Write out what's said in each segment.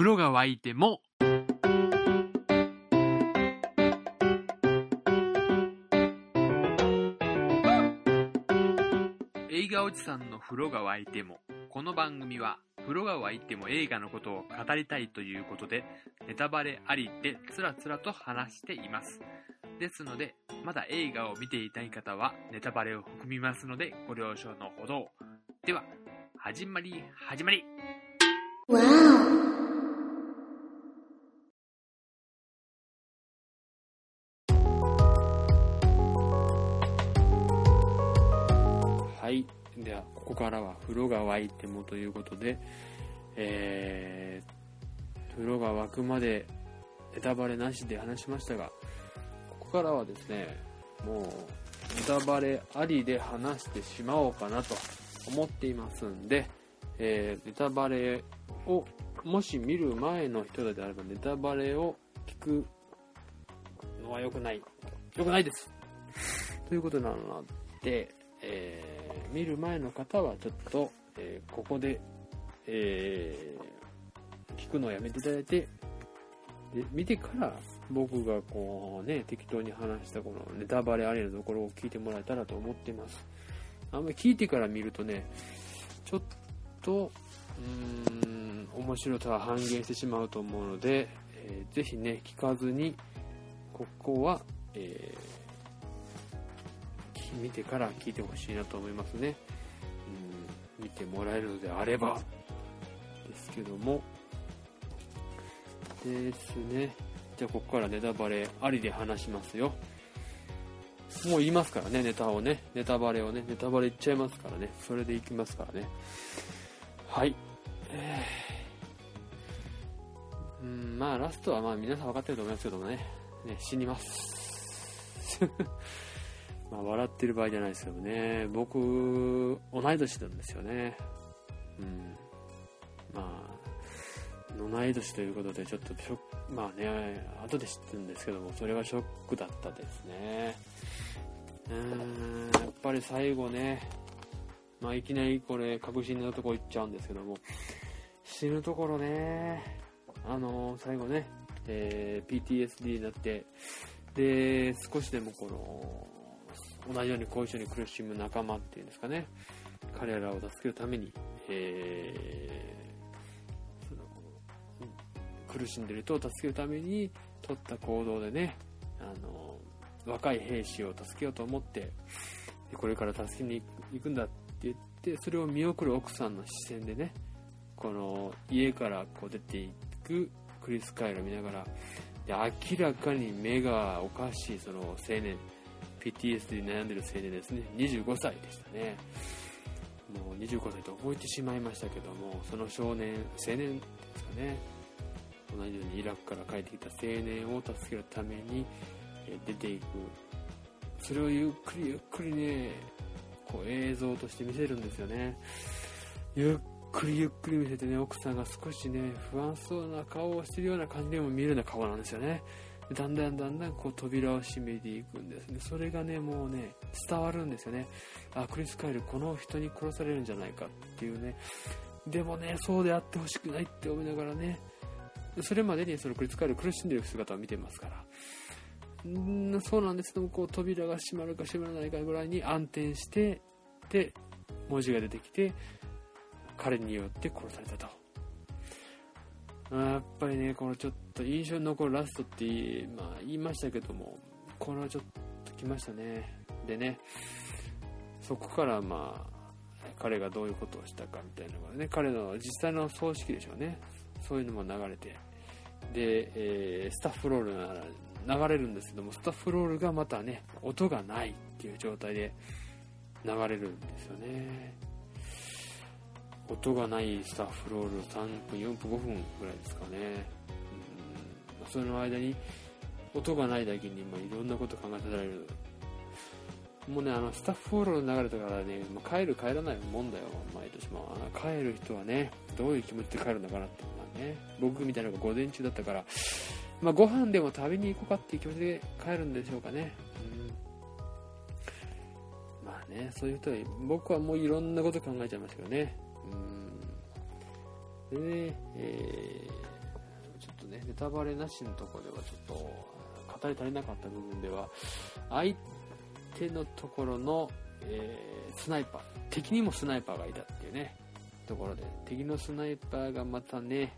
呂が沸いても。映画おじさんの風呂が沸いても。この番組は風呂が沸いても映画のことを語りたいということで、ネタバレありでつらつらと話しています。ですので、まだ映画を見ていたい方はネタバレを含みますのでご了承のほど。では始まり。 わはい、ではここからは風呂が沸いてもということで、風呂が沸くまでネタバレなしで話しましたが、ここからはですね、もうネタバレありで話してしまおうかなと思っていますんで、ネタバレをもし見る前の人であればネタバレを聞くのは良くないですということなので、見る前の方はちょっと、ここで、聞くのをやめていただいて、で見てから僕がこうね適当に話したこのネタバレありのところを聞いてもらえたらと思っています。あんまり聞いてから見るとね、ちょっと面白さは半減してしまうと思うので、ぜひね聞かずにここは、見てから聞いてほしいなと思いますね。見てもらえるのであればですけどもですね。じゃあここからネタバレありで話しますよ。もう言いますからね、ネタバレ言っちゃいますからね。それでいきますからね。はい。まあラストはまあ皆さん分かってると思いますけどもね、死にますまあ笑ってる場合じゃないですけどね、僕同い年なんですよね。まあ同い年ということでちょっとまあね後で知ってるんですけども、それがショックだったですね。やっぱり最後ね、まあいきなりこれ確信のところ行っちゃうんですけども、死ぬところね、最後ね、PTSD になって、で少しでもこの同じように後遺症に苦しむ仲間っていうんですかね、彼らを助けるために、苦しんでる人を助けるために取った行動でね、若い兵士を助けようと思って、これから助けに行くんだって言って、それを見送る奥さんの視線でね、この家からこう出ていくクリス・カイルを見ながら、明らかに目がおかしいその青年、 PTSD に悩んでる青年ですね。25歳でしたね。もう25歳と覚えてしまいましたけども、その青年ですかね、同じようにイラクから帰ってきた青年を助けるために出ていく、それをゆっくりねこう映像として見せるんですよね。ゆっくり見せてね、奥さんが少しね不安そうな顔をしてるような感じでも見えるような顔なんですよね。だんだんこう扉を閉めていくんですね。それがねもうね伝わるんですよね。クリス・カイルこの人に殺されるんじゃないかっていうね。でもねそうであってほしくないって思いながらね、それまでにそのクリス・カイル苦しんでいる姿を見てますから、そうなんですけども、こう扉が閉まるか閉まらないかぐらいに暗転して、で文字が出てきて、彼によって殺されたと。やっぱりねこのちょっと印象に残るラストって言いましたけども、これはちょっときましたね。でね、そこから彼がどういうことをしたかみたいなのがね、彼の実際の葬式でしょうね、そういうのも流れて、で、スタッフロールが流れるんですけども、スタッフロールがまたね音がないっていう状態で流れるんですよね。音がないスタッフロール3分4分5分ぐらいですかね。その間に音がないだけにいろんなこと考えさせられる。もうねスタッフロール流れたからね、帰る帰らないもんだよ。毎年も帰る人はねどういう気持ちで帰るのかなってね、僕みたいなのが午前中だったから、ご飯でも食べに行こうかっていう気持ちで帰るんでしょうかね。そういう人は僕はもういろんなこと考えちゃいましたけどね。でね、 ね、ネタバレなしのところではちょっと語り足りなかった部分では、相手のところの、スナイパー、敵にもスナイパーがいたっていうねところで、敵のスナイパーがまたね、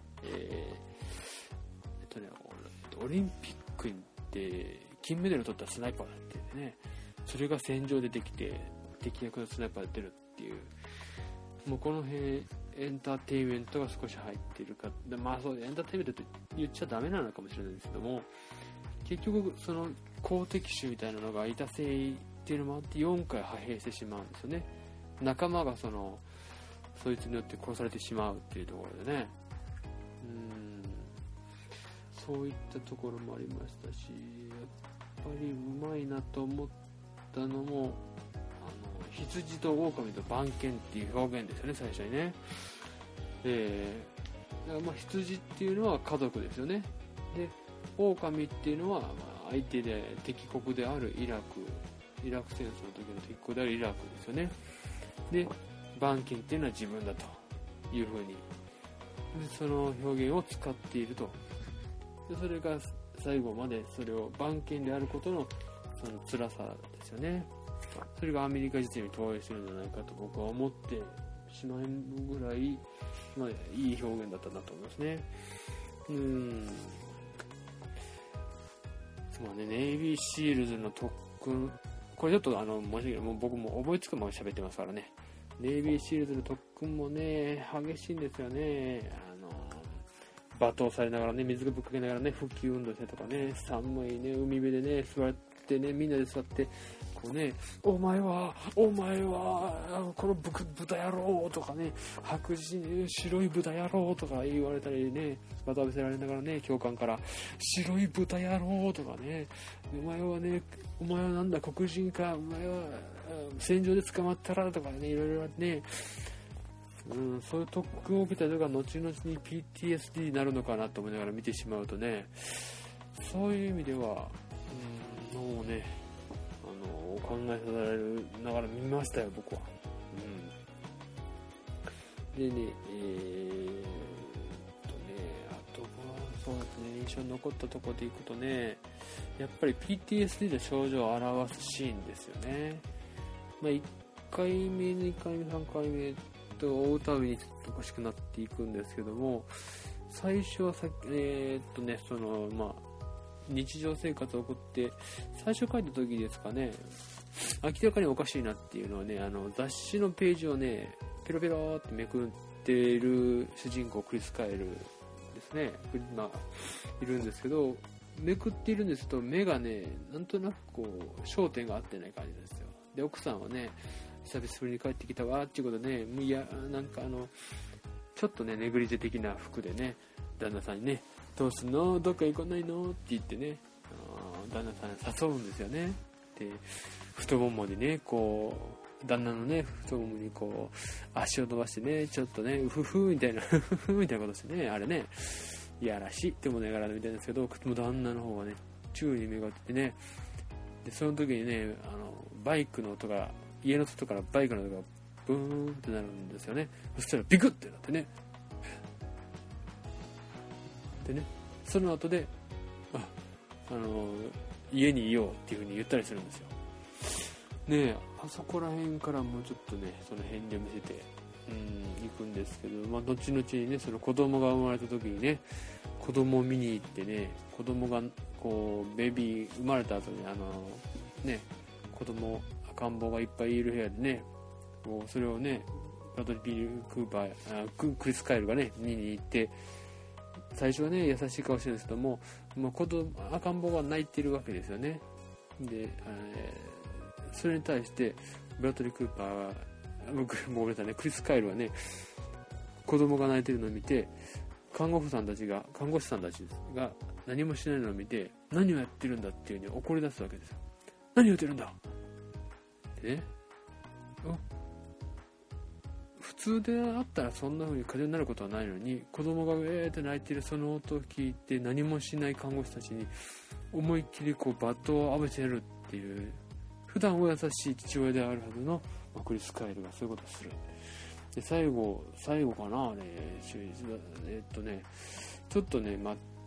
オリンピックで金メダル取ったスナイパーだっていうね、それが戦場でできて敵役のスナイパーで出るっていう、もうこの辺エンターテインメントが少し入っているか、まあそうエンターテインメントって言っちゃダメなのかもしれないですけども、結局その好敵手みたいなのがいたせいっていうのもあって4回派兵してしまうんですよね。仲間がそいつによって殺されてしまうっていうところでね、そういったところもありましたし、やっぱりうまいなと思ったのも羊と狼と番犬っていう表現ですよね、最初にね。だから羊っていうのは家族ですよね。で狼っていうのは相手で敵国であるイラク戦争の時の敵国であるイラクですよね。で番犬っていうのは自分だというふうにでその表現を使っていると。でそれが最後までそれを番犬であることのその辛さですよね。それがアメリカ自体に投影してるんじゃないかと僕は思ってしまうぐらい、いい表現だったなと思いますね。ネイビーシールズの特訓、これちょっと申し訳ない、もう僕も覚えつくまま喋ってますからね。ネイビーシールズの特訓もね激しいんですよね。罵倒されながらね、水がぶっかけながらね、復旧運動してとかね、寒いね海辺でね座ってね、みんなで座ってこうね、お前はこの豚野郎とかね、白人白い豚野郎とか言われたりね、また見せられながらね、教官から白い豚野郎とかね、お前はなんだ黒人か、お前は戦場で捕まったらとかね、いろいろね、そういう特訓を受けたりとか後々に PTSD になるのかなと思いながら見てしまうとね、そういう意味ではもうね考えさせられながら見ましたよ僕は。でねあとはそうですね、印象に残ったところでいくとね、やっぱり PTSD の症状を表すシーンですよね。1回目2回目3回目と追うたびにちょっとおかしくなっていくんですけども、最初は日常生活を送って最初書いた時ですかね、明らかにおかしいなっていうのはね、雑誌のページをねペロペロってめくっている主人公クリス・カエルですね、いるんですけど、めくっているんですけど目がねなんとなくこう焦点が合ってない感じなんですよ。で奥さんはね久しぶりに帰ってきたわっていうことでね、なんかちょっとねネグリジェ的な服でね、旦那さんにねどうすんのどっか行かないのって言ってね、旦那さん誘うんですよね。で太ももにねこう旦那のね太ももにこう足を伸ばしてね、ちょっとねうふふみたいなふふみたいなことしてね、あれねいやらしいってもねがらみたいなんですけど、旦那の方はね宙に目が合ってね、でその時にねバイクの音が、家の外からバイクの音がブーンってなるんですよね。そしたらビクッてなってね、でねその後で家にいようっていう風に言ったりするんですよね。あそこら辺からもうちょっとねその辺で見せて行くんですけど、後々にねその子供が生まれた時にね、子供を見に行ってね、子供がこうベビー生まれた後に子供赤ん坊がいっぱいいる部屋でね、もうそれをねバトルビール・クーパークリス・カエルがね見に行って、最初はね優しい顔してるんですけども、赤ん坊が泣いてるわけですよね。で、それに対してブラッドリー・クーパーがごめんなさいね、クリス・カエルはね子供が泣いてるのを見て、看護師さんたちが何もしないのを見て、何をやってるんだっていう風に怒り出すわけですよ。何をやってるんだってね、普通であったらそんな風に風邪になることはないのに、子供がって泣いてるその音を聞いて何もしない看護師たちに思いっきりこう罵倒を浴びせるっていう、普段は優しい父親であるはずのクリス・カエルがそういうことをする。で最後かな、ちょっとね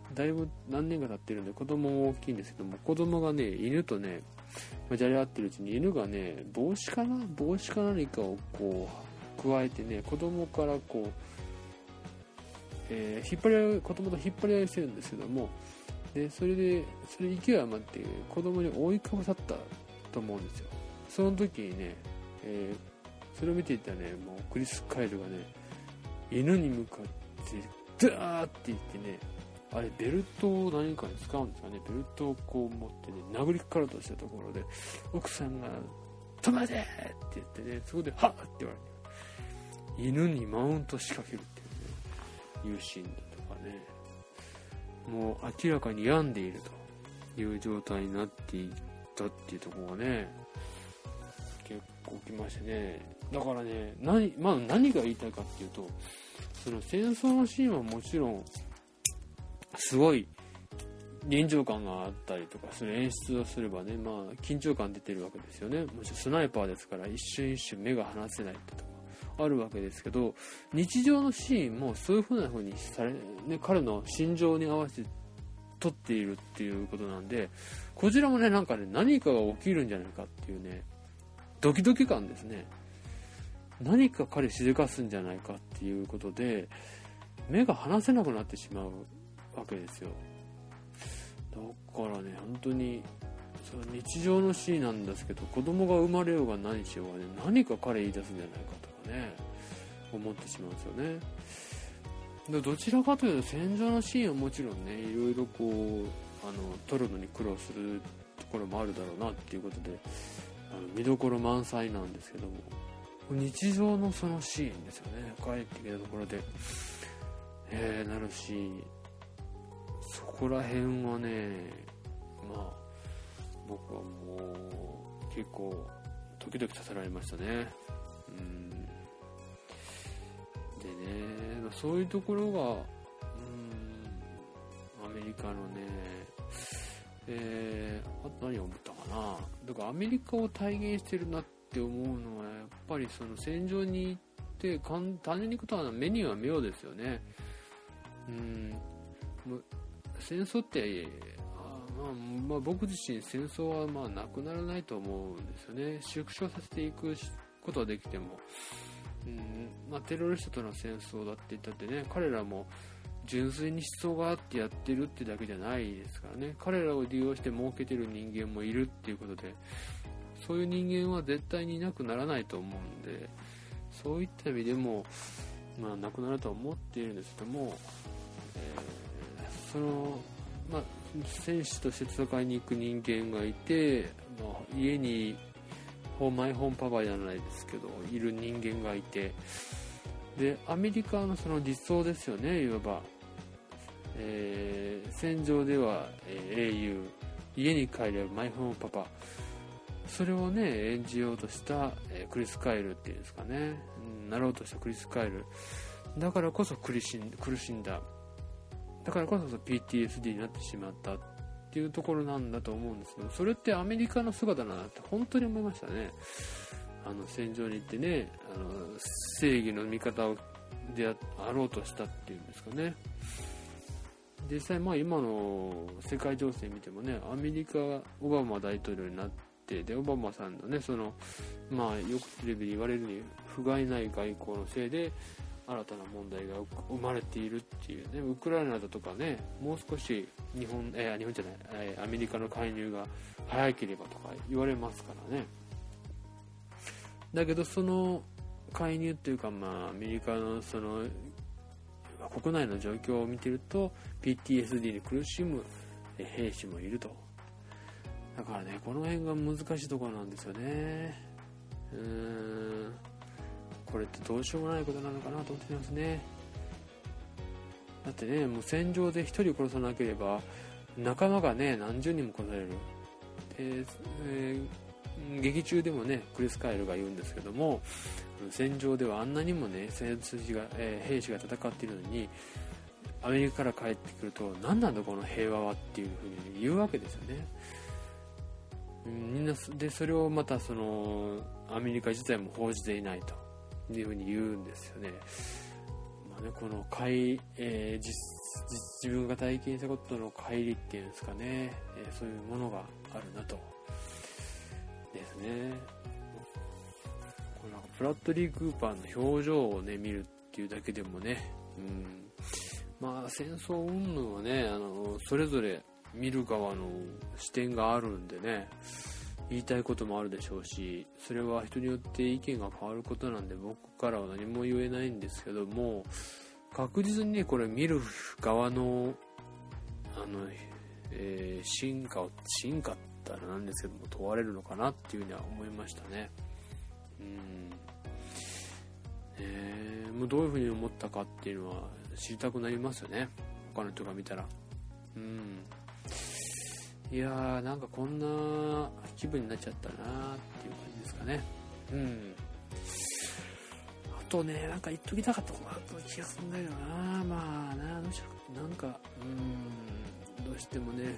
だいぶ何年か経ってるんで子供も大きいんですけども、子供がね犬とねじゃれ合ってるうちに犬がね帽子か何かをこう加えてね、子供からこう、引っ張り合い、子供と引っ張り合いしてるんですけども、でそれ勢い余って子供に覆いかぶさったと思うんですよ。その時にね、それを見ていたねもうクリス・カイルがね犬に向かってダーって言ってね、あれベルトを何かに使うんですかね、ベルトをこう持ってね殴りかかろうとしたところで奥さんが止めてって言ってね、そこではっって言われて犬にマウント仕掛けるっていうシーンだとかね、もう明らかに病んでいるという状態になっていったっていうところがね結構きましてね。だからね何が言いたいかっていうと、その戦争のシーンはもちろんすごい臨場感があったりとか、それ演出をすればね、緊張感出てるわけですよね。もちろんスナイパーですから一瞬一瞬目が離せないってとかあるわけですけど、日常のシーンもそういう風に彼の心情に合わせて撮っているっていうことなんで、こちらもね何かが起きるんじゃないかっていうねドキドキ感ですね。何か彼しでかすんじゃないかっていうことで目が離せなくなってしまうわけですよ。だからね本当にその日常のシーンなんですけど、子供が生まれようが何しようがね何か彼言い出すんじゃないかとかね思ってしまうんですよね。でどちらかというと戦場のシーンはもちろんねいろいろこう撮るのに苦労するところもあるだろうなっていうことで見どころ満載なんですけども、日常のそのシーンですよね。帰ってきたところでなるし、そこら辺はね僕はもう結構時々させられましたね。でねそういうところがアメリカのねあと何を思ったかな。だからアメリカを体現してるなって思うのはやっぱりその戦場に行って単純に行くと目には目をですよね。戦争って僕自身戦争はなくならないと思うんですよね。縮小させていくことはできても、テロリストとの戦争だって言ったってね、彼らも純粋に思想があってやってるってだけじゃないですからね。彼らを利用して儲けてる人間もいるっていうことで、そういう人間は絶対にいなくならないと思うんで、そういった意味でもなくなるとは思っているんですけども、戦士として戦いに行く人間がいて、家にマイホームパパじゃないですけどいる人間がいて、でアメリカのその理想ですよね。いわば、戦場では、英雄、家に帰ればマイホームパパ、それをね演じようとした、クリス・カイルっていうんですかね、なろうとしたクリス・カイルだからこそ苦しんだ、だからこそ PTSD になってしまったっていうところなんだと思うんですけど、それってアメリカの姿だなって本当に思いましたね。戦場に行ってね正義の味方であろうとしたっていうんですかね。実際今の世界情勢見てもね、アメリカがオバマ大統領になって、でオバマさんのねそのよくテレビで言われるに不甲斐ない外交のせいで新たな問題が生まれているっていうね。ウクライナだとかね、もう少しアメリカの介入が早ければとか言われますからね。だけどその介入というかアメリカのその国内の状況を見てると PTSD に苦しむ兵士もいると。だからねこの辺が難しいところなんですよね。これってどうしようもないことなのかなと思ってますね。だってねもう戦場で一人殺さなければ仲間がね何十人も殺される。劇中でもねクリス・カイルが言うんですけども、戦場ではあんなにもね兵士が戦っているのにアメリカから帰ってくると何なんだこの平和はっていうふうに言うわけですよね。みんなでそれをまたそのアメリカ自体も報じていないというふうに言うんですよね。 この自分が体験したことの乖離っていうんですかね、そういうものがあるなとですね。このブラッドリー・クーパーの表情をね見るっていうだけでもね、戦争云々はねそれぞれ見る側の視点があるんでね、言いたいこともあるでしょうし、それは人によって意見が変わることなんで僕からは何も言えないんですけども、確実にねこれ見る側の進化ったらなんですけども問われるのかなっていうふうには思いましたね。もうどういうふうに思ったかっていうのは知りたくなりますよね、他の人が見たら。いやー、なんかこんな気分になっちゃったなーっていう感じですかね。あとね、なんか言っときたかったことがあった気がするんだけどな。なんかどうしてもね、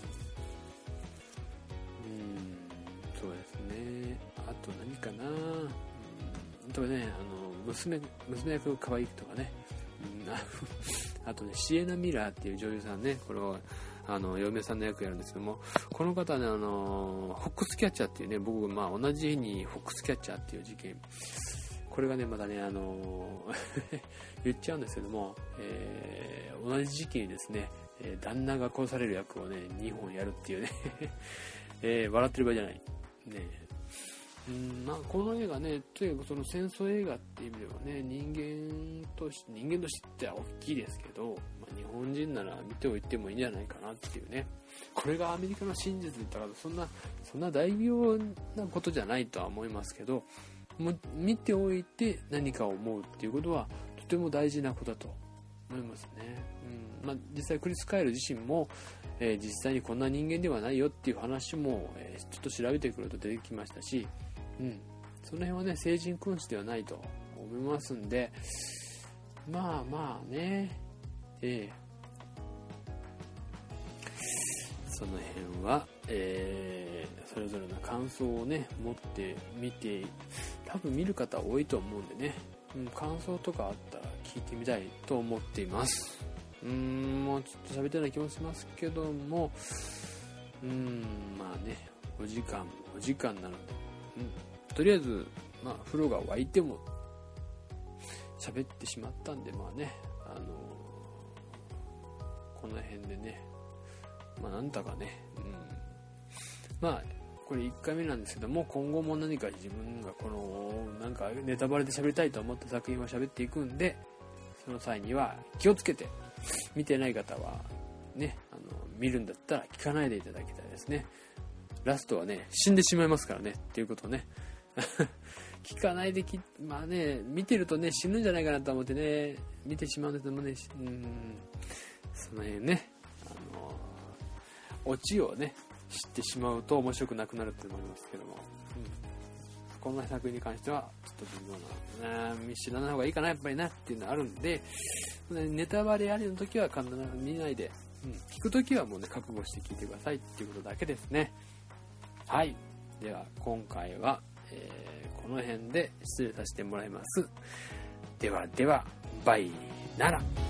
そうですね。あと何かな。あとね、娘役可愛いとかね。あとね、シエナ・ミラーっていう女優さんね、これを嫁さんの役やるんですけども、この方ね、フォックスキャッチャーっていうね、僕同じ日にフォックスキャッチャーっていう事件、これがねまだね言っちゃうんですけども、同じ時期にですね、旦那が殺される役をね2本やるっていうね、笑ってる場合じゃないね。この映画ね、とにかくその戦争映画っていう意味ではね、人間としては大きいですけど、日本人なら見ておいてもいいんじゃないかなっていうね。これがアメリカの真実だからそんな大病なことじゃないとは思いますけど、もう見ておいて何かを思うっていうことはとても大事なことだと思いますね。実際クリス・カイル自身も、実際にこんな人間ではないよっていう話も、ちょっと調べてくると出てきましたし、その辺はね聖人君子ではないと思いますんで、その辺は、それぞれの感想をね持ってみて、多分見る方多いと思うんでね、感想とかあったら聞いてみたいと思っています。もうちょっと喋ってない気もしますけども、お時間なので、とりあえず風呂が沸いても喋ってしまったんで、この辺でね、なんだかね、これ1回目なんですけども、今後も何か自分がなんかネタバレで喋りたいと思った作品は喋っていくんで、その際には気をつけて、見てない方はね、見るんだったら聞かないでいただきたいですね。ラストはね死んでしまいますからねっていうことをね聞かないで見てるとね死ぬんじゃないかなと思ってね見てしまうんですけどもね、その辺ねオチをね知ってしまうと面白くなくなると思いますけども、この作品に関してはちょっと微妙な知らない方がいいかなやっぱりなっていうのがあるんで、ネタバレありの時は必ず見ないで、聞く時はもうね覚悟して聞いてくださいっていうことだけですね。はい、では今回は、この辺で失礼させてもらいます。ではバイなら。